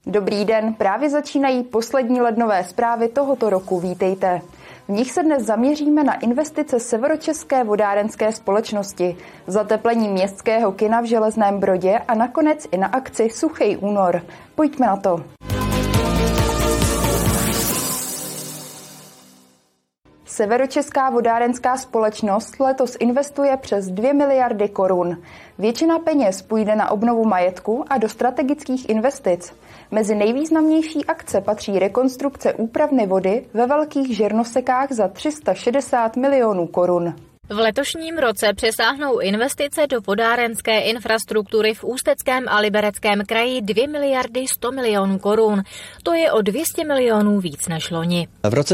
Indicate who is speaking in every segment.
Speaker 1: Dobrý den, právě začínají poslední lednové zprávy tohoto roku, vítejte. V nich se dnes zaměříme na investice Severočeské vodárenské společnosti, zateplení městského kina v Železném Brodě a nakonec i na akci Suchý únor. Pojďme na to. Severočeská vodárenská společnost letos investuje přes 2 miliardy korun. Většina peněz půjde na obnovu majetku a do strategických investic. Mezi nejvýznamnější akce patří rekonstrukce úpravny vody ve Velkých Žernosekách za 360 milionů korun.
Speaker 2: V letošním roce přesáhnou investice do vodárenské infrastruktury v Ústeckém a Libereckém kraji 2 miliardy 100 milionů korun. To je o 200 milionů víc než loni.
Speaker 3: V roce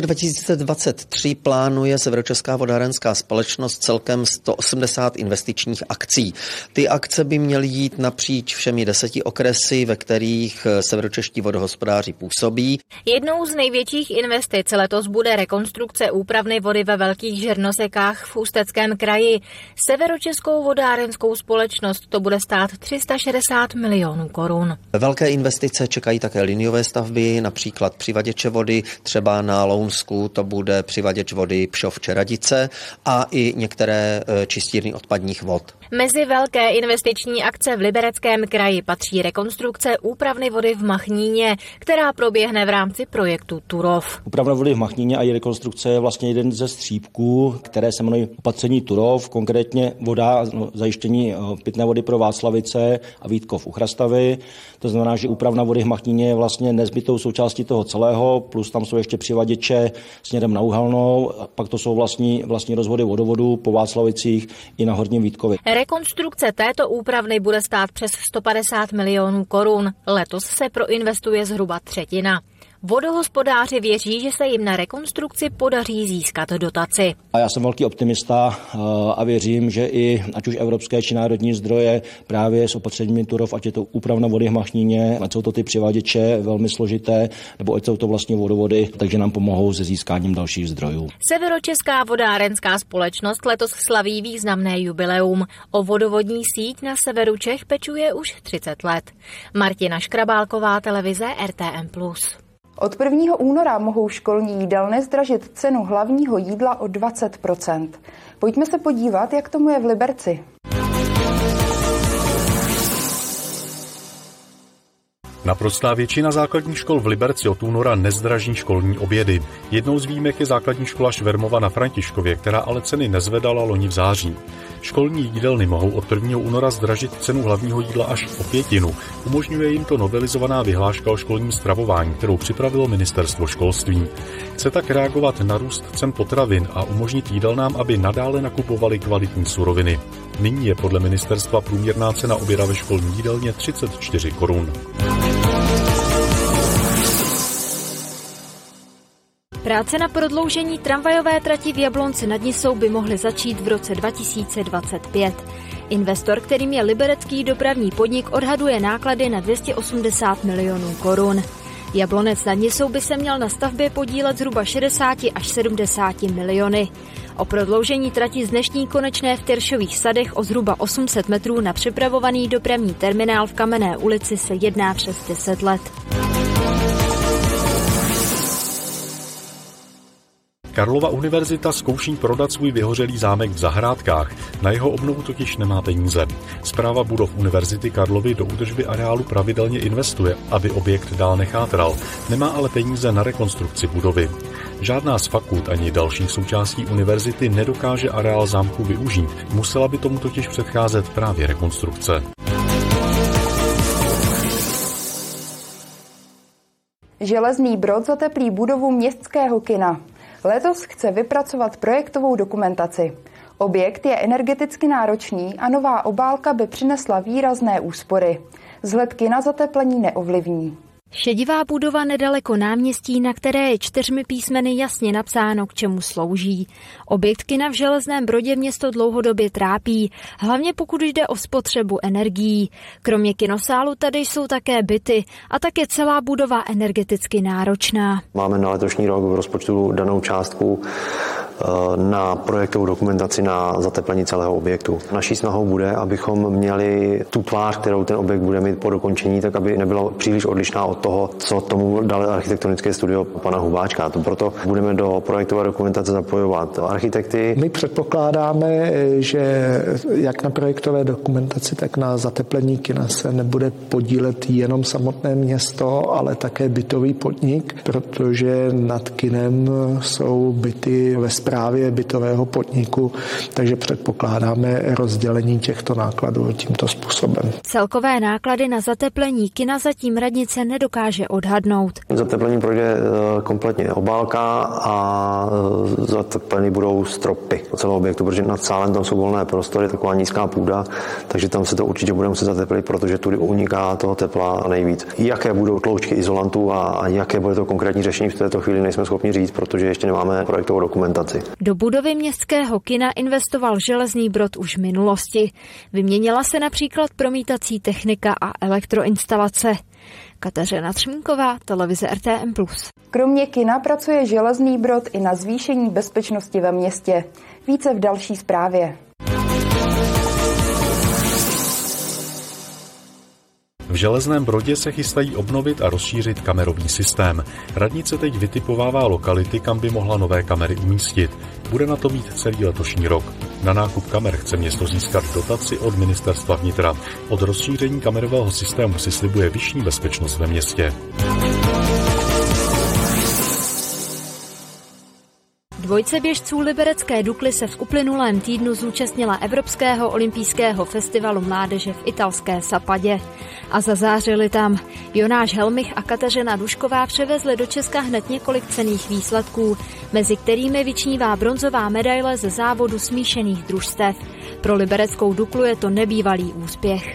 Speaker 3: 2023 plánuje Severočeská vodárenská společnost celkem 180 investičních akcí. Ty akce by měly jít napříč všemi 10 okresy, ve kterých severočeští vodohospodáři působí.
Speaker 2: Jednou z největších investic letos bude rekonstrukce úpravny vody ve Velkých Žernosekách v Ústeckém kraji. Severočeskou vodárenskou společnost to bude stát 360 milionů korun.
Speaker 3: Velké investice čekají také liniové stavby, například přivaděče vody, třeba na Lounsku to bude přivaděč vody Pšov-Čeradice a i některé čistírny odpadních vod.
Speaker 2: Mezi velké investiční akce v Libereckém kraji patří rekonstrukce úpravny vody v Machníně, která proběhne v rámci projektu Turów.
Speaker 4: Úpravna vody v Machníně a její rekonstrukce je vlastně jeden ze střípků, které se jmenují opatření Turów, konkrétně voda, zajištění pitné vody pro Václavice a Vítkov u Chrastavy. To znamená, že úpravna vody v Machníně je vlastně nezbytnou součástí toho celého, plus tam jsou ještě přivaděče směrem na Uhelnou, pak to jsou vlastní rozvody vodovodu po Václavicích i na Horním Vítkově.
Speaker 2: Rekonstrukce této úpravny bude stát přes 150 milionů korun. Letos se proinvestuje zhruba třetina. Vodohospodáři věří, že se jim na rekonstrukci podaří získat dotaci.
Speaker 4: A já jsem velký optimista a věřím, že i ať už evropské či národní zdroje právě s opatřeními Turów, ať je to úpravna vody v Machníně, ať jsou to ty přivaděče velmi složité, nebo ať jsou to vlastně vodovody, takže nám pomohou se získáním dalších zdrojů.
Speaker 2: Severočeská vodárenská společnost letos slaví významné jubileum. O vodovodní síť na severu Čech pečuje už 30 let. Martina Škrabálková, televize RTM+.
Speaker 1: Od 1. února mohou školní jídelny zdražit cenu hlavního jídla o 20%. Pojďme se podívat, jak tomu je v Liberci.
Speaker 5: Naprostá většina základních škol v Liberci od února nezdraží školní obědy. Jednou z výjimek je základní škola Švermova na Františkově, která ale ceny nezvedala loni v září. Školní jídelny mohou od 1. února zdražit cenu hlavního jídla až o 1/5. Umožňuje jim to novelizovaná vyhláška o školním stravování, kterou připravilo ministerstvo školství. Chce tak reagovat na růst cen potravin a umožnit jídelnám, aby nadále nakupovali kvalitní suroviny. Nyní je podle ministerstva průměrná cena oběda ve školní jídelně 34 korun.
Speaker 6: Práce na prodloužení tramvajové trati v Jablonci nad Nisou by mohly začít v roce 2025. Investor, kterým je liberecký dopravní podnik, odhaduje náklady na 280 milionů korun. Jablonec nad Nisou by se měl na stavbě podílet zhruba 60 až 70 miliony. O prodloužení trati z dnešní konečné v Tyršových sadech o zhruba 800 metrů na připravovaný dopravní terminál v Kamenné ulici se jedná přes 10 let.
Speaker 5: Karlova univerzita zkouší prodat svůj vyhořelý zámek v Zahrádkách. Na jeho obnovu totiž nemá peníze. Správa budov Univerzity Karlovy do údržby areálu pravidelně investuje, aby objekt dál nechátral. Nemá ale peníze na rekonstrukci budovy. Žádná z fakult ani dalších součástí univerzity nedokáže areál zámku využít. Musela by tomu totiž předcházet právě rekonstrukce.
Speaker 1: Železný Brod zateplí budovu městského kina. Letos chce vypracovat projektovou dokumentaci. Objekt je energeticky náročný a nová obálka by přinesla výrazné úspory. Vzhled kina zateplení neovlivní.
Speaker 6: Šedivá budova nedaleko náměstí, na které je 4 písmeny jasně napsáno, k čemu slouží. Objekt kina v Železném Brodě město dlouhodobě trápí, hlavně pokud jde o spotřebu energií. Kromě kinosálu tady jsou také byty a také celá budova energeticky náročná.
Speaker 7: Máme na letošní rok v rozpočtu danou částku na projektovou dokumentaci na zateplení celého objektu. Naší snahou bude, abychom měli tu tvář, kterou ten objekt bude mít po dokončení, tak aby nebyla příliš odlišná od toho, co tomu dalo architektonické studio pana Hubáčka. Proto budeme do projektové dokumentace zapojovat architekty.
Speaker 8: My předpokládáme, že jak na projektové dokumentaci, tak na zateplení kina se nebude podílet jenom samotné město, ale také bytový podnik, protože nad kinem jsou byty ve správě bytového podniku, takže předpokládáme rozdělení těchto nákladů tímto způsobem.
Speaker 6: Celkové náklady na zateplení kina zatím radnice nedokáže odhadnout.
Speaker 7: Zateplení projde kompletně obálka a zateplení budou stropy celého objektu, protože nad sálem tam jsou volné prostory, taková nízká půda, takže tam se to určitě bude muset zateplit, protože tudy uniká toho tepla nejvíc. Jaké budou tloušťky izolantů a jaké bude to konkrétní řešení, v této chvíli nejsme schopni říct, protože ještě nemáme projektovou dokumentaci.
Speaker 6: Do budovy městského kina investoval Železný Brod už v minulosti. Vyměnila se například promítací technika a elektroinstalace. Kateřina Třmínková, televize RTM+.
Speaker 1: Kromě kina pracuje Železný Brod i na zvýšení bezpečnosti ve městě. Více v další zprávě.
Speaker 5: V Železném Brodě se chystají obnovit a rozšířit kamerový systém. Radnice teď vytipovává lokality, kam by mohla nové kamery umístit. Bude na to mít celý letošní rok. Na nákup kamer chce město získat dotaci od ministerstva vnitra. Od rozšíření kamerového systému si slibuje vyšší bezpečnost ve městě.
Speaker 6: Dvojce běžců liberecké Dukly se v uplynulém týdnu zúčastnila Evropského olympijského festivalu mládeže v italské Sapadě. A zazářili tam. Jonáš Helmich a Kateřina Dušková převezli do Česka hned několik cenných výsledků, mezi kterými vyčnívá bronzová medaile ze závodu smíšených družstev. Pro libereckou Duklu je to nebývalý úspěch.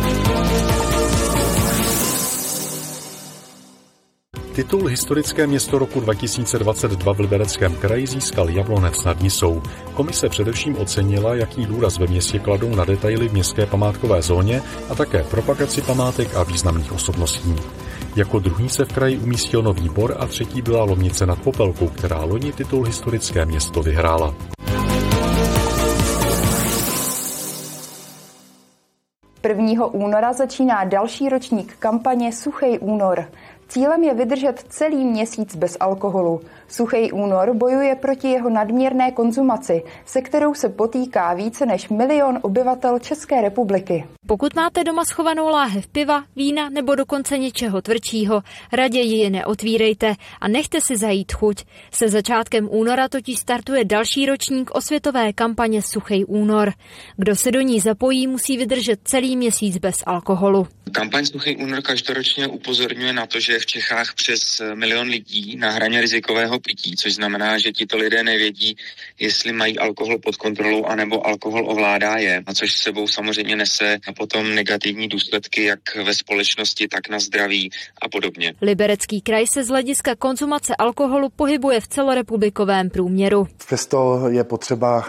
Speaker 5: Titul Historické město roku 2022 v Libereckém kraji získal Jablonec nad Nisou. Komise především ocenila, jaký důraz ve městě kladou na detaily v městské památkové zóně a také propagaci památek a významných osobností. Jako druhý se v kraji umístil Nový Bor a třetí byla Lomnice nad Popelkou, která loni titul Historické město vyhrála.
Speaker 1: Prvního února začíná další ročník kampaně Suchej únor. Cílem je vydržet celý měsíc bez alkoholu. Suchej únor bojuje proti jeho nadměrné konzumaci, se kterou se potýká více než 1 milion obyvatel České republiky.
Speaker 6: Pokud máte doma schovanou láhev piva, vína nebo dokonce něčeho tvrdšího, raději ji neotvírejte a nechte si zajít chuť. Se začátkem února totiž startuje další ročník osvětové kampaně Suchej únor. Kdo se do ní zapojí, musí vydržet celý měsíc bez alkoholu.
Speaker 9: Kampaň Suchej únor každoročně upozorňuje na to, že je v Čechách přes 1 milion lidí na hraně rizikového pití, což znamená, že tito lidé nevědí, jestli mají alkohol pod kontrolou anebo alkohol ovládá je, a což s sebou samozřejmě nese a potom negativní důsledky jak ve společnosti, tak na zdraví a podobně.
Speaker 6: Liberecký kraj se z hlediska konzumace alkoholu pohybuje v celorepublikovém průměru.
Speaker 10: Přesto je potřeba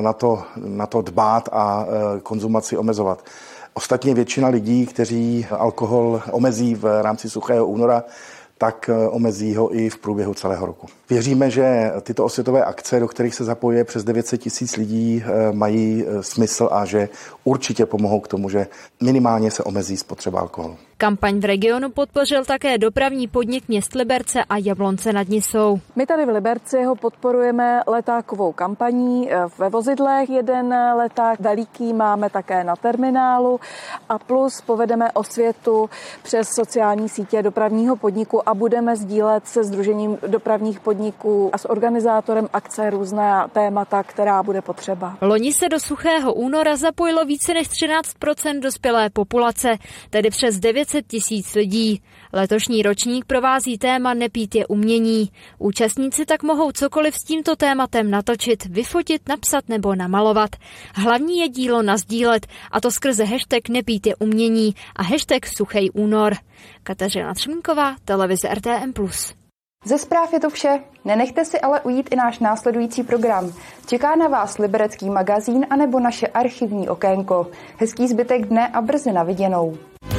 Speaker 10: na to dbát a konzumaci omezovat. Ostatně většina lidí, kteří alkohol omezí v rámci Suchého února, tak omezí ho i v průběhu celého roku. Věříme, že tyto osvětové akce, do kterých se zapojuje přes 900 000 lidí, mají smysl a že určitě pomohou k tomu, že minimálně se omezí spotřeba alkoholu.
Speaker 6: Kampaň v regionu podpořil také dopravní podnik měst Liberce a Jablonce nad Nisou.
Speaker 11: My tady v Liberci ho podporujeme letákovou kampaní. Ve vozidlech jeden leták veliký máme také na terminálu a plus povedeme osvětu přes sociální sítě dopravního podniku a budeme sdílet se Sdružením dopravních podniků a s organizátorem akce různá témata, která bude potřeba.
Speaker 6: Loni se do Suchého února zapojilo více než 13% dospělé populace, tedy přes 900 000 lidí. Letošní ročník provází téma Nepít je umění. Účastníci tak mohou cokoliv s tímto tématem natočit, vyfotit, napsat nebo namalovat. Hlavní je dílo nasdílet, a to skrze hashtag Nepít je umění a hashtag Suchej únor. Kateřina Třmínková, televize RTM+.
Speaker 1: Ze zpráv je to vše. Nenechte si ale ujít i náš následující program. Čeká na vás Liberecký magazín anebo naše archivní okénko. Hezký zbytek dne a brzy na viděnou.